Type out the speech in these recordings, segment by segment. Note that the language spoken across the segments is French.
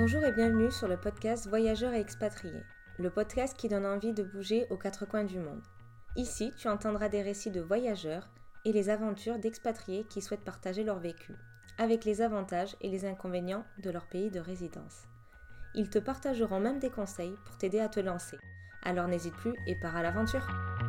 Bonjour et bienvenue sur le podcast Voyageurs et expatriés, le podcast qui donne envie de bouger aux quatre coins du monde. Ici, tu entendras des récits de voyageurs et les aventures d'expatriés qui souhaitent partager leur vécu, avec les avantages et les inconvénients de leur pays de résidence. Ils te partageront même des conseils pour t'aider à te lancer. Alors n'hésite plus et pars à l'aventure!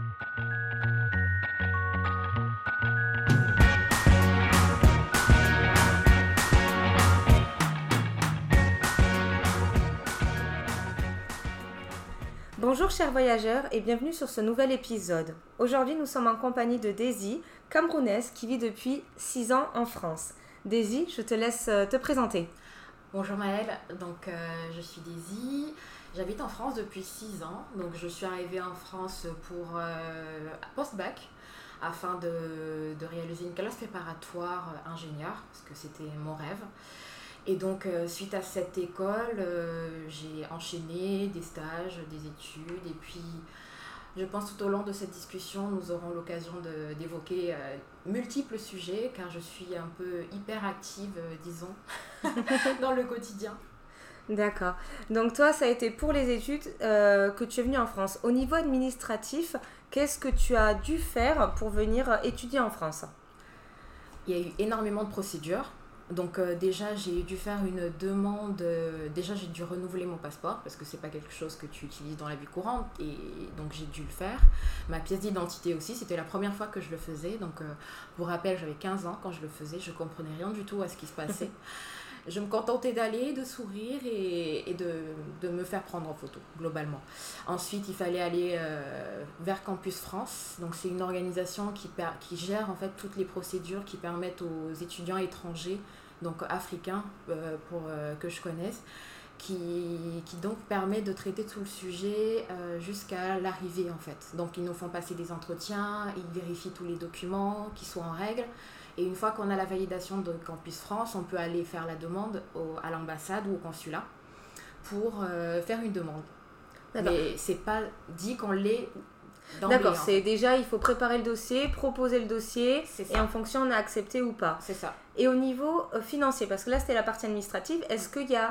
Bonjour chers voyageurs et bienvenue sur ce nouvel épisode. Aujourd'hui nous sommes en compagnie de Daisy, camerounaise qui vit depuis 6 ans en France. Daisy, je te laisse te présenter. Bonjour Maëlle, je suis Daisy, j'habite en France depuis 6 ans, donc je suis arrivée en France pour post-bac afin de réaliser une classe préparatoire ingénieur, parce que c'était mon rêve. Et donc, suite à cette école, j'ai enchaîné des stages, des études. Et puis, je pense tout au long de cette discussion, nous aurons l'occasion d'évoquer multiples sujets, car je suis un peu hyperactive, disons, dans le quotidien. D'accord. Donc toi, ça a été pour les études que tu es venue en France. Au niveau administratif, qu'est-ce que tu as dû faire pour venir étudier en France ? Il y a eu énormément de procédures. Donc déjà j'ai dû faire une demande, déjà j'ai dû renouveler mon passeport parce que c'est pas quelque chose que tu utilises dans la vie courante et donc j'ai dû le faire. Ma pièce d'identité aussi, c'était la première fois que je le faisais, donc pour rappel j'avais 15 ans quand je le faisais, je comprenais rien du tout à ce qui se passait. Je me contentais d'aller, de sourire et de me faire prendre en photo, globalement. Ensuite, il fallait aller vers Campus France. Donc, c'est une organisation qui gère en fait toutes les procédures qui permettent aux étudiants étrangers, donc africains que je connaisse, qui donc permet de traiter tout le sujet jusqu'à l'arrivée en fait. Donc, ils nous font passer des entretiens, ils vérifient tous les documents qui soient en règle. Et une fois qu'on a la validation de Campus France, on peut aller faire la demande à l'ambassade ou au consulat pour faire une demande. D'accord. Mais c'est pas dit qu'on l'est d'emblée. D'accord, c'est déjà, il faut préparer le dossier, proposer le dossier, et en fonction, on a accepté ou pas. C'est ça. Et au niveau financier, parce que là, c'était la partie administrative, est-ce qu'il y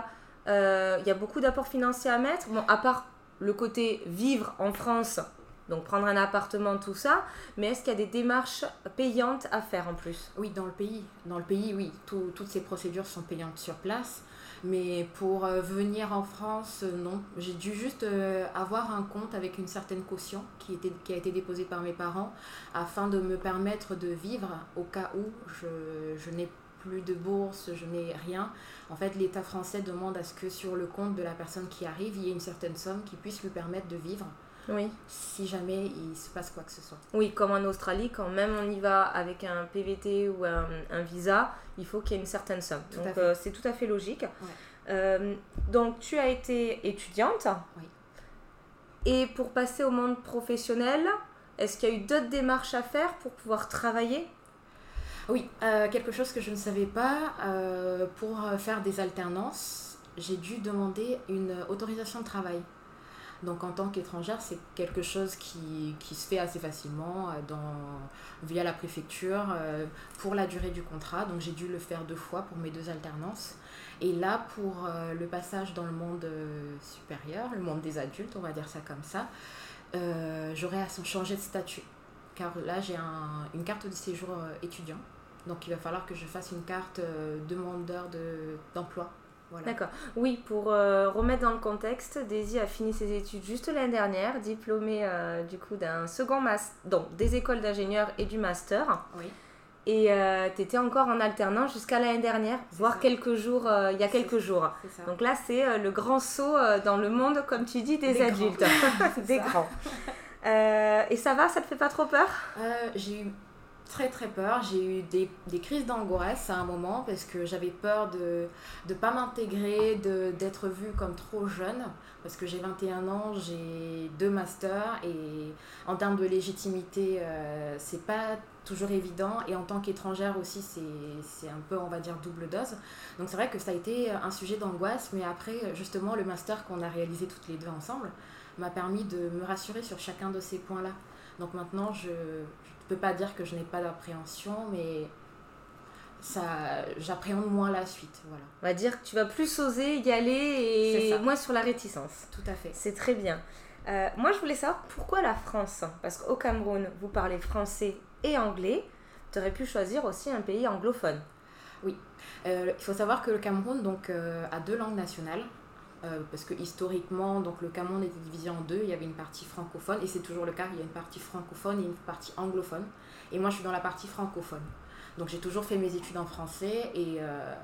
a beaucoup d'apports financiers à mettre ? Bon, à part le côté vivre en France, donc prendre un appartement, tout ça, mais est-ce qu'il y a des démarches payantes à faire en plus ? Oui, dans le pays, oui, toutes ces procédures sont payantes sur place, mais pour venir en France, non. J'ai dû juste avoir un compte avec une certaine caution qui a été déposée par mes parents afin de me permettre de vivre au cas où je n'ai plus de bourse, je n'ai rien. En fait, l'État français demande à ce que sur le compte de la personne qui arrive, il y ait une certaine somme qui puisse lui permettre de vivre. Oui. Si jamais il se passe quoi que ce soit. Oui, comme en Australie, quand même on y va avec un PVT ou un visa, il faut qu'il y ait une certaine somme. Donc c'est tout à fait logique. Ouais. Donc tu as été étudiante. Oui. Et pour passer au monde professionnel, est-ce qu'il y a eu d'autres démarches à faire pour pouvoir travailler ? Oui, quelque chose que je ne savais pas, pour faire des alternances, j'ai dû demander une autorisation de travail. Donc en tant qu'étrangère, c'est quelque chose qui se fait assez facilement via la préfecture pour la durée du contrat. Donc j'ai dû le faire 2 fois pour mes 2 alternances. Et là, pour le passage dans le monde supérieur, le monde des adultes, on va dire ça comme ça, j'aurais à changer de statut. Car là, j'ai une carte de séjour étudiant. Donc il va falloir que je fasse une carte demandeur d'emploi. Voilà. D'accord. Oui, pour remettre dans le contexte, Daisy a fini ses études juste l'année dernière, diplômée du coup d'un second master, donc des écoles d'ingénieurs et du master. Oui. Et tu étais encore en alternance jusqu'à l'année dernière, voire quelques jours, il y a quelques jours. C'est ça. Donc là, c'est le grand saut dans le monde, comme tu dis, des adultes. Des grands. Et ça va, ça te fait pas trop peur ? J'ai eu très très peur, j'ai eu des crises d'angoisse à un moment parce que j'avais peur de ne pas m'intégrer, d'être vue comme trop jeune parce que j'ai 21 ans, j'ai 2 masters et en termes de légitimité, c'est pas toujours évident et en tant qu'étrangère aussi c'est un peu, on va dire, double dose. Donc c'est vrai que ça a été un sujet d'angoisse, mais après justement le master qu'on a réalisé toutes les 2 ensemble m'a permis de me rassurer sur chacun de ces points-là. Donc maintenant je peux pas dire que je n'ai pas d'appréhension, mais j'appréhende moins la suite. Voilà. On va dire que tu vas plus oser y aller et moins sur la réticence. Tout à fait. C'est très bien. Moi, je voulais savoir pourquoi la France? Parce qu'au Cameroun, vous parlez français et anglais. Tu aurais pu choisir aussi un pays anglophone. Oui. Il faut savoir que le Cameroun donc, a 2 langues nationales. Parce que historiquement, donc, le Cameroun était divisé en 2. Il y avait une partie francophone, et c'est toujours le cas. Il y a une partie francophone et une partie anglophone. Et moi, je suis dans la partie francophone. Donc, j'ai toujours fait mes études en français et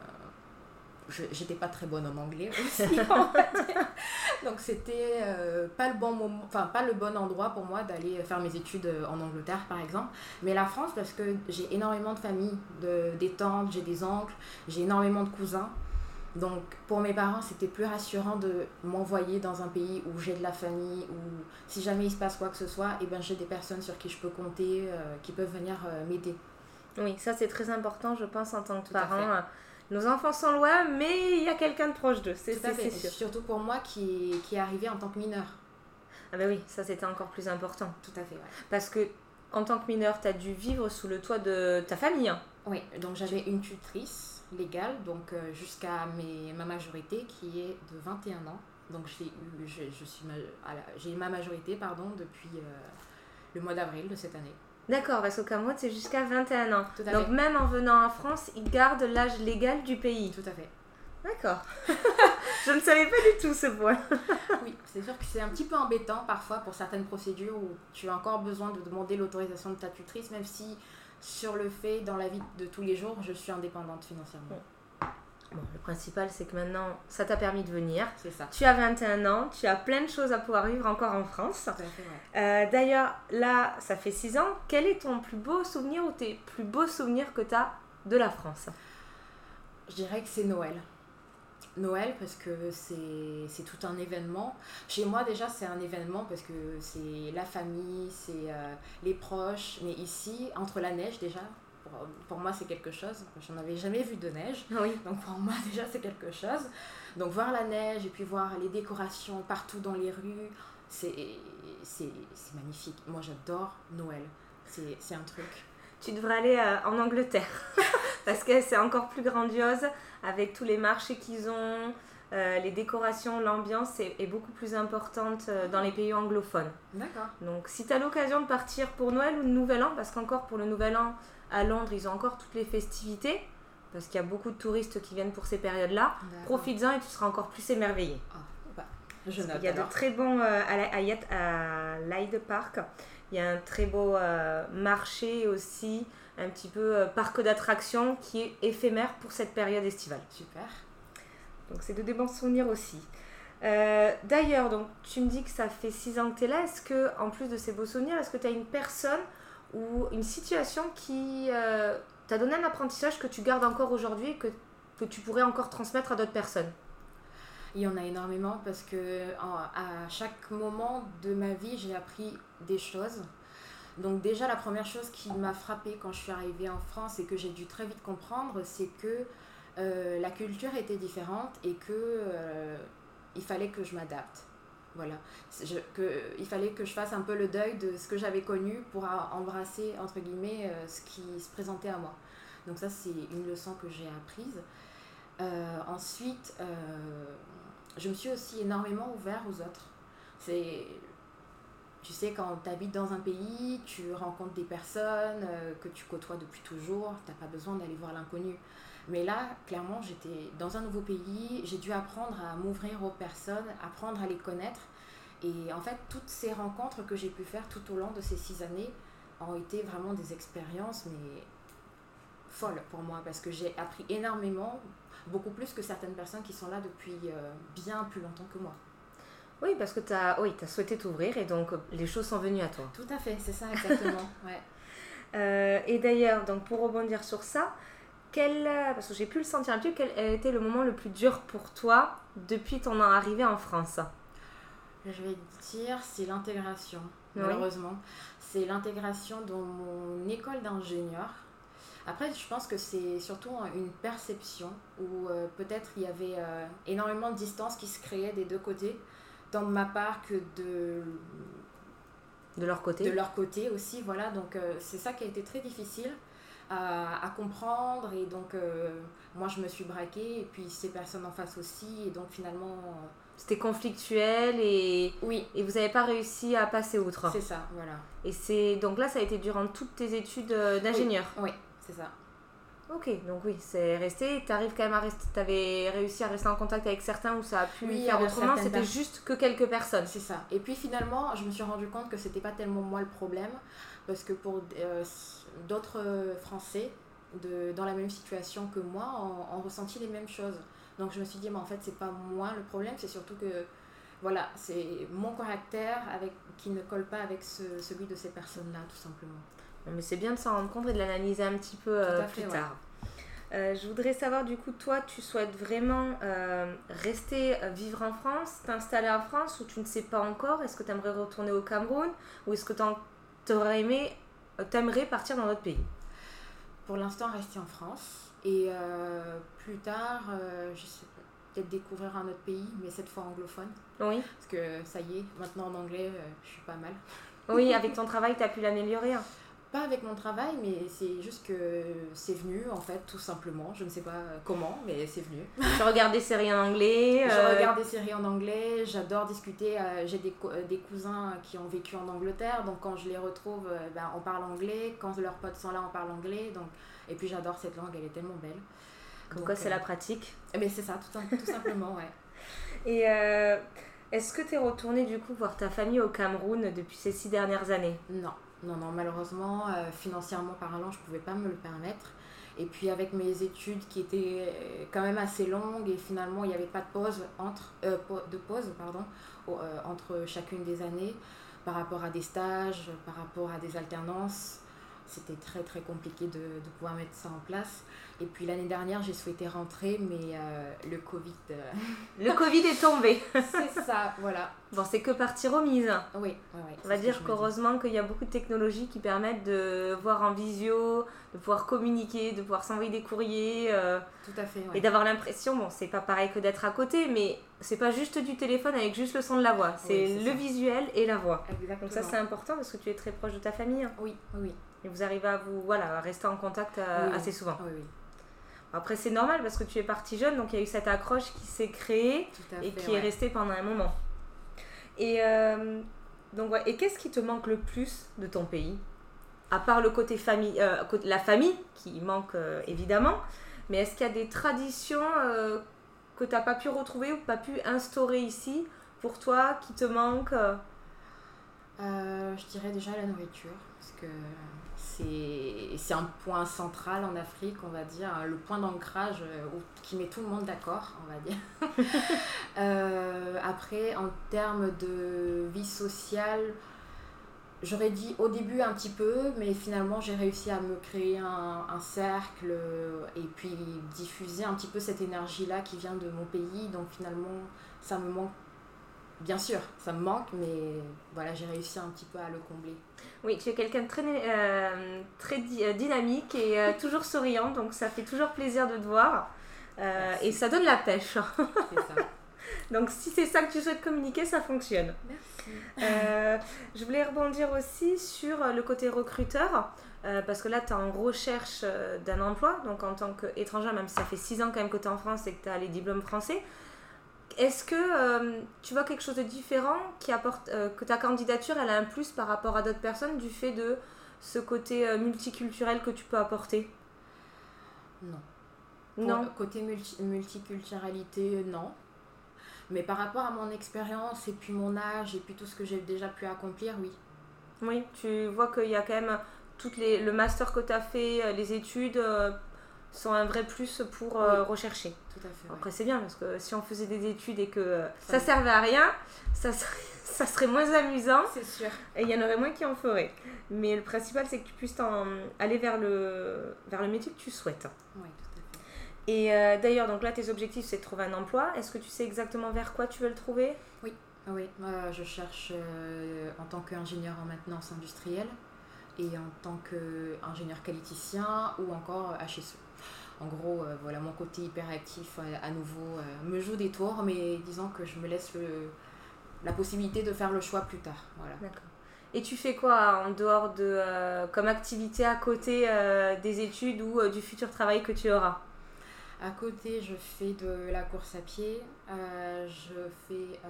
j'étais pas très bonne en anglais aussi, on va dire. Donc, c'était pas le bon moment, enfin, pas le bon endroit pour moi d'aller faire mes études en Angleterre, par exemple. Mais la France, parce que j'ai énormément de familles, des tantes, j'ai des oncles, j'ai énormément de cousins. Donc pour mes parents, c'était plus rassurant de m'envoyer dans un pays où j'ai de la famille, où si jamais il se passe quoi que ce soit, et ben j'ai des personnes sur qui je peux compter, qui peuvent venir m'aider. Oui, ça c'est très important, je pense, en tant que parent. Nos enfants sont loin, mais il y a quelqu'un de proche d'eux, c'est sûr. Surtout pour moi qui est arrivée en tant que mineure. Ah ben oui, ça c'était encore plus important. Tout à fait, ouais. Parce que en tant que mineure, tu as dû vivre sous le toit de ta famille. Oui, donc j'avais une tutrice légale, donc jusqu'à ma majorité qui est de 21 ans. Donc j'ai eu ma majorité depuis le mois d'avril de cette année. D'accord, parce qu'au Cameroun c'est jusqu'à 21 ans. Tout à donc fait. Même en venant en France, ils gardent l'âge légal du pays. Tout à fait. D'accord. Je ne savais pas du tout ce point. Oui, c'est sûr que c'est un petit peu embêtant parfois pour certaines procédures où tu as encore besoin de demander l'autorisation de ta tutrice, même si sur le fait, dans la vie de tous les jours, je suis indépendante financièrement. Bon, le principal, c'est que maintenant, ça t'a permis de venir. C'est ça. Tu as 21 ans, tu as plein de choses à pouvoir vivre encore en France. Tout à fait, ouais. D'ailleurs, là, ça fait 6 ans. Quel est ton plus beau souvenir ou tes plus beaux souvenirs que tu as de la France? Je dirais que c'est Noël. Noël, parce que c'est tout un événement. Chez moi, déjà, c'est un événement parce que c'est la famille, c'est les proches. Mais ici, entre la neige, déjà, pour moi, c'est quelque chose. J'en avais jamais vu de neige. Oui. Donc, pour moi, déjà, c'est quelque chose. Donc, voir la neige et puis voir les décorations partout dans les rues, c'est magnifique. Moi, j'adore Noël. C'est un truc. Tu devrais aller en Angleterre parce que c'est encore plus grandiose avec tous les marchés qu'ils ont, les décorations, l'ambiance est beaucoup plus importante dans les pays anglophones. D'accord. Donc si tu as l'occasion de partir pour Noël ou le Nouvel An, parce qu'encore pour le Nouvel An à Londres, ils ont encore toutes les festivités, parce qu'il y a beaucoup de touristes qui viennent pour ces périodes-là, profites-en et tu seras encore plus émerveillé. Je note. Il y a de très bons à Hyde Park. Il y a un très beau marché aussi, un petit peu parc d'attractions qui est éphémère pour cette période estivale. Super. Donc c'est de bons souvenirs aussi. D'ailleurs, donc, tu me dis que ça fait 6 ans que tu es là. Est-ce que, en plus de ces beaux souvenirs, est-ce que tu as une personne ou une situation qui t'a donné un apprentissage que tu gardes encore aujourd'hui et que tu pourrais encore transmettre à d'autres personnes? Il y en a énormément parce que à chaque moment de ma vie, j'ai appris des choses. Donc déjà, la première chose qui m'a frappée quand je suis arrivée en France et que j'ai dû très vite comprendre, c'est que la culture était différente et que il fallait que je m'adapte. Voilà. Il fallait que je fasse un peu le deuil de ce que j'avais connu pour embrasser, entre guillemets, ce qui se présentait à moi. Donc ça, c'est une leçon que j'ai apprise. Ensuite, je me suis aussi énormément ouverte aux autres. Tu sais, quand tu habites dans un pays, tu rencontres des personnes que tu côtoies depuis toujours, tu n'as pas besoin d'aller voir l'inconnu. Mais là, clairement, j'étais dans un nouveau pays, j'ai dû apprendre à m'ouvrir aux personnes, apprendre à les connaître. Et en fait, toutes ces rencontres que j'ai pu faire tout au long de ces 6 années ont été vraiment des expériences, mais folles pour moi, parce que j'ai appris énormément, beaucoup plus que certaines personnes qui sont là depuis bien plus longtemps que moi. Oui, parce que tu as souhaité t'ouvrir et donc les choses sont venues à toi. Tout à fait, c'est ça exactement. Ouais. Et d'ailleurs, donc pour rebondir sur ça, parce que j'ai pu le sentir un peu, quel a été le moment le plus dur pour toi depuis ton arrivée en France? Je vais dire, c'est l'intégration, malheureusement. C'est l'intégration dans mon école d'ingénieur. Après, je pense que c'est surtout une perception où peut-être il y avait énormément de distance qui se créait des deux côtés, tant de ma part que de leur côté. De leur côté aussi, voilà. Donc c'est ça qui a été très difficile. à comprendre. Et donc, moi, je me suis braquée, et puis ces personnes en face aussi. Et donc, finalement... C'était conflictuel oui, et vous n'avez pas réussi à passer outre. c'est ça, voilà. Et donc là, ça a été durant toutes tes études d'ingénieur. Oui, c'est ça. Ok, donc oui, c'est resté. T'arrives quand même à rester. T'avais réussi à rester en contact avec certains où ça a pu faire autrement. C'était juste que quelques personnes. C'est ça. Et puis finalement, je me suis rendu compte que c'était pas tellement moi le problème, parce que pour d'autres Français dans la même situation que moi, ont ressenti les mêmes choses. Donc je me suis dit, mais en fait, c'est pas moi le problème, c'est surtout que voilà, c'est mon caractère qui ne colle pas avec celui de ces personnes-là, tout simplement. Mais c'est bien de s'en rendre compte et de l'analyser un petit peu plus tard. Je voudrais savoir, du coup, toi, tu souhaites vraiment rester vivre en France, t'installer en France, ou tu ne sais pas encore? Est-ce que tu aimerais retourner au Cameroun, ou est-ce que t'aimerais partir dans d'autres pays? Pour l'instant, rester en France. Et plus tard, je sais peut-être découvrir un autre pays, mais cette fois anglophone. Oui. Parce que ça y est, maintenant en anglais, je suis pas mal. Oui, avec ton travail, tu as pu l'améliorer. Pas avec mon travail, mais c'est juste que c'est venu, en fait, tout simplement. Je ne sais pas comment, mais c'est venu. Tu regardes des séries en anglais Je regarde des séries en anglais, j'adore discuter. J'ai des cousins qui ont vécu en Angleterre, donc quand je les retrouve, on parle anglais. Quand leurs potes sont là, on parle anglais. Donc... Et puis j'adore cette langue, elle est tellement belle. Comme quoi, c'est la pratique. Mais c'est ça, tout simplement, ouais. Et est-ce que tu es retournée, du coup, voir ta famille au Cameroun depuis ces 6 dernières années? Non, malheureusement, financièrement parlant, je ne pouvais pas me le permettre. Et puis avec mes études qui étaient quand même assez longues, et finalement il n'y avait pas de pause entre chacune des années, par rapport à des stages, par rapport à des alternances, c'était très très compliqué de pouvoir mettre ça en place. Et puis l'année dernière, j'ai souhaité rentrer, mais le Covid... Le Covid est tombé. C'est ça, voilà. Bon, c'est que partie remise. Oui. On va dire qu'heureusement qu'il y a beaucoup de technologies qui permettent de voir en visio, de pouvoir communiquer, de pouvoir s'envoyer des courriers. Tout à fait, ouais. Et d'avoir l'impression, bon, c'est pas pareil que d'être à côté, mais c'est pas juste du téléphone avec juste le son de la voix. C'est le visuel et la voix. Exactement. Donc ça, c'est important parce que tu es très proche de ta famille. Oui. Et vous arrivez à rester en contact assez souvent. Oui. Après, c'est normal parce que tu es partie jeune, donc il y a eu cette accroche qui s'est créée et qui est restée pendant un moment. Et et qu'est-ce qui te manque le plus de ton pays? À part le côté famille, la famille, qui manque évidemment, mais est-ce qu'il y a des traditions que tu n'as pas pu retrouver ou pas pu instaurer ici pour toi, qui te manquent? Je dirais déjà la nourriture, parce que c'est un point central en Afrique, on va dire, le point d'ancrage qui met tout le monde d'accord, on va dire. Après, en termes de vie sociale, j'aurais dit au début un petit peu, mais finalement j'ai réussi à me créer un cercle et puis diffuser un petit peu cette énergie-là qui vient de mon pays. Donc finalement, ça me manque. Bien sûr, ça me manque, mais voilà, j'ai réussi un petit peu à le combler. Oui, tu es quelqu'un de très dynamique et toujours souriant, donc ça fait toujours plaisir de te voir. Et ça donne la pêche. C'est ça. Donc si c'est ça que tu souhaites communiquer, ça fonctionne. Merci. Je voulais rebondir aussi sur le côté recruteur, parce que là tu es en recherche d'un emploi, donc en tant qu'étranger, même si ça fait 6 ans quand même que tu es en France et que tu as les diplômes français. Est-ce que tu vois quelque chose de différent qui apporte que ta candidature elle a un plus par rapport à d'autres personnes du fait de ce côté multiculturel que tu peux apporter? Non. Côté multiculturalité, non. Mais par rapport à mon expérience et puis mon âge et puis tout ce que j'ai déjà pu accomplir, oui. Oui, tu vois qu'il y a quand même le master que tu as fait, les études sont un vrai plus pour rechercher. Tout à fait. Après, c'est bien parce que si on faisait des études et que ça servait à rien, ça serait moins amusant. C'est sûr. Et il y en aurait moins qui en feraient. Mais le principal, c'est que tu puisses aller vers le métier que tu souhaites. Oui, tout à fait. Et d'ailleurs, donc là, tes objectifs, c'est de trouver un emploi. Est-ce que tu sais exactement vers quoi tu veux le trouver? Oui. Je cherche en tant qu'ingénieur en maintenance industrielle et en tant qu'ingénieur qualiticien ou encore HSE. En gros, voilà, mon côté hyperactif à nouveau me joue des tours, mais disons que je me laisse la possibilité de faire le choix plus tard. Voilà. D'accord. Et tu fais quoi en dehors de comme activité à côté des études ou du futur travail que tu auras? À côté, je fais de la course à pied, je fais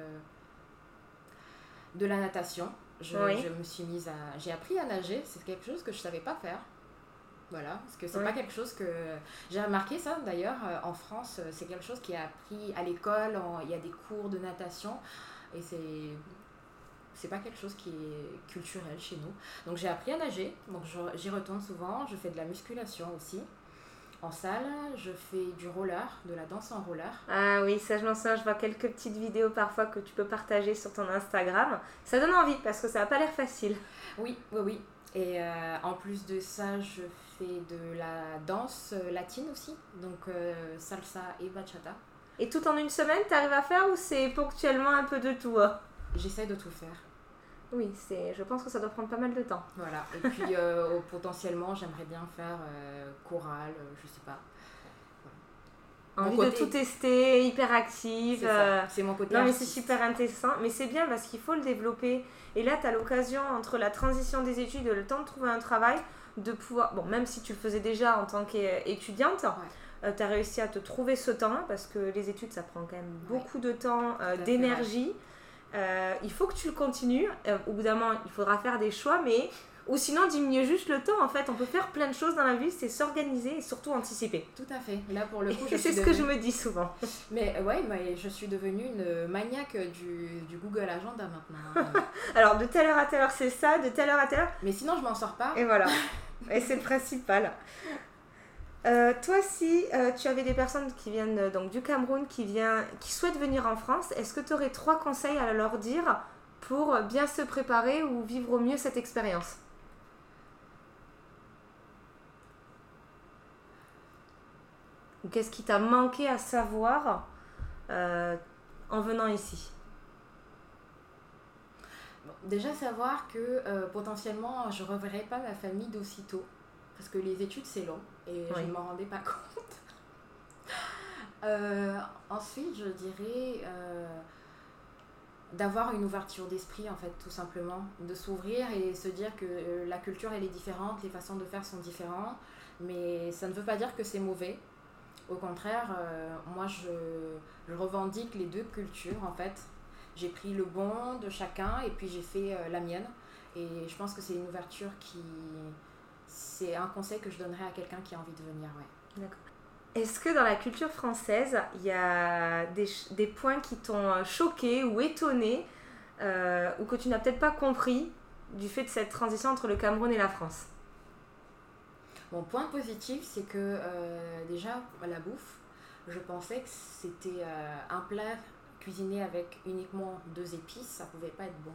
de la natation. Oui. Je me suis mise à... J'ai appris à nager, c'est quelque chose que je savais pas faire. Voilà, parce que c'est Oui. pas quelque chose que... J'ai remarqué ça d'ailleurs, en France, c'est quelque chose qui est appris à l'école, il y a des cours de natation, et c'est pas quelque chose qui est culturel chez nous. Donc j'ai appris à nager, donc j'y retourne souvent, je fais de la musculation aussi. En salle, je fais du roller, de la danse en roller. Ah oui, ça je m'en souviens, je vois quelques petites vidéos parfois que tu peux partager sur ton Instagram. Ça donne envie parce que ça n'a pas l'air facile. Oui, oui, oui. Et en plus de ça, je fais de la danse latine aussi, donc salsa et bachata. Et tout en une semaine, tu arrives à faire ou c'est ponctuellement un peu de tout? J'essaie de tout faire. Oui, je pense que ça doit prendre pas mal de temps. Voilà. Et puis potentiellement, j'aimerais bien faire chorale, je sais pas. Envie de tout tester, hyper active. C'est ça, c'est mon côté Non, mais artiste. c'est super intéressant. Mais c'est bien parce qu'il faut le développer. Et là, tu as l'occasion, entre la transition des études et le temps de trouver un travail, de pouvoir... Bon, même si tu le faisais déjà en tant qu'étudiante, tu as réussi à te trouver ce temps parce que les études, ça prend quand même beaucoup de temps, d'énergie. Il faut que tu le continues. Au bout d'un moment, il faudra faire des choix, mais... Ou sinon, diminuer juste le temps. En fait, on peut faire plein de choses dans la vie, c'est s'organiser et surtout anticiper. Tout à fait. Là, pour le coup, c'est ce que je me dis souvent. Mais ouais, je suis devenue une maniaque du Google Agenda maintenant. Alors, de telle heure à telle heure, c'est ça, de telle heure à telle heure. Mais sinon, je m'en sors pas. Et voilà. Et c'est le principal. Toi, si tu avais des personnes qui viennent donc, du Cameroun, qui souhaitent venir en France, est-ce que tu aurais 3 conseils à leur dire pour bien se préparer ou vivre au mieux cette expérience? Ou qu'est-ce qui t'a manqué à savoir en venant ici? Bon, déjà savoir que potentiellement je ne reverrai pas ma famille d'aussitôt. Parce que les études c'est long et je ne m'en rendais pas compte. Ensuite je dirais d'avoir une ouverture d'esprit en fait, tout simplement. De s'ouvrir et se dire que la culture elle est différente, les façons de faire sont différentes. Mais ça ne veut pas dire que c'est mauvais. Au contraire, moi je revendique les deux cultures en fait. J'ai pris le bon de chacun et puis j'ai fait la mienne. Et je pense que c'est une ouverture c'est un conseil que je donnerais à quelqu'un qui a envie de venir. Ouais. D'accord. Est-ce que dans la culture française, il y a des points qui t'ont choqué ou étonné ou que tu n'as peut-être pas compris du fait de cette transition entre le Cameroun et la France? Mon point positif, c'est que déjà, la bouffe, je pensais que c'était un plat cuisiné avec uniquement 2 épices, ça pouvait pas être bon.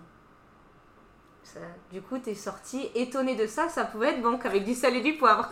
Du coup, t'es sortie étonnée de ça, ça pouvait être bon qu'avec du sel et du poivre.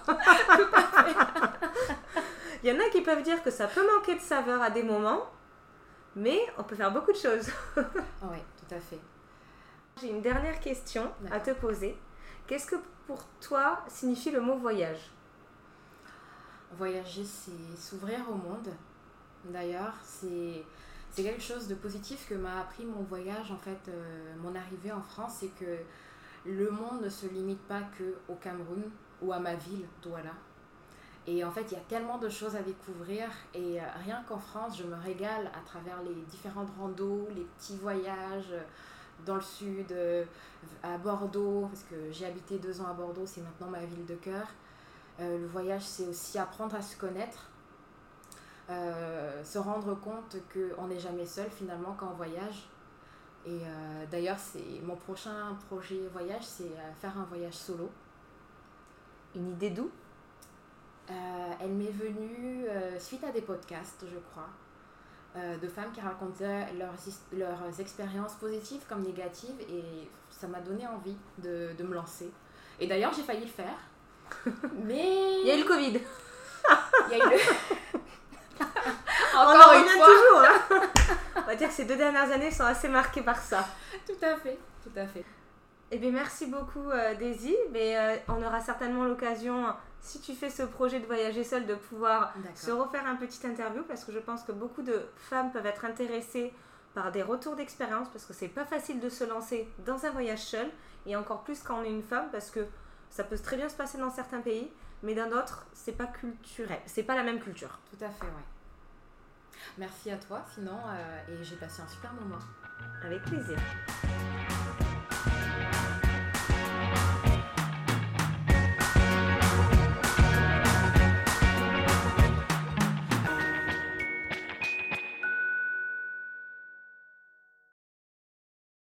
Il y en a qui peuvent dire que ça peut manquer de saveur à des moments, mais on peut faire beaucoup de choses. Oui, tout à fait. J'ai une dernière question à te poser. Qu'est-ce que pour toi signifie le mot voyage? Voyager, c'est s'ouvrir au monde. D'ailleurs, c'est quelque chose de positif que m'a appris mon voyage, en fait, mon arrivée en France, c'est que le monde ne se limite pas qu'au Cameroun ou à ma ville, Douala. Et en fait, il y a tellement de choses à découvrir et rien qu'en France, je me régale à travers les différentes randos, les petits voyages dans le sud, à Bordeaux, parce que j'ai habité 2 ans à Bordeaux, c'est maintenant ma ville de cœur. Le voyage, c'est aussi apprendre à se connaître, se rendre compte qu'on n'est jamais seul finalement quand on voyage. Et d'ailleurs, c'est mon prochain projet voyage, c'est faire un voyage solo. Une idée d'où? Elle m'est venue suite à des podcasts, je crois, de femmes qui racontaient leurs expériences positives comme négatives, et ça m'a donné envie de me lancer. Et d'ailleurs, j'ai failli le faire, mais... Il y a eu le Covid. Il y a eu le... Encore une fois. Toujours, hein. On va dire que ces 2 dernières années sont assez marquées par ça. Tout à fait, tout à fait. Eh bien, merci beaucoup, Daisy. Mais on aura certainement l'occasion, si tu fais ce projet de voyager seule, de pouvoir se refaire un petit interview parce que je pense que beaucoup de femmes peuvent être intéressées par des retours d'expérience, parce que c'est pas facile de se lancer dans un voyage seul, et encore plus quand on est une femme, parce que ça peut très bien se passer dans certains pays, mais dans d'autres, c'est pas culturel, c'est pas la même culture. Tout à fait, ouais. Merci à toi, sinon, et j'ai passé un super moment. Avec plaisir.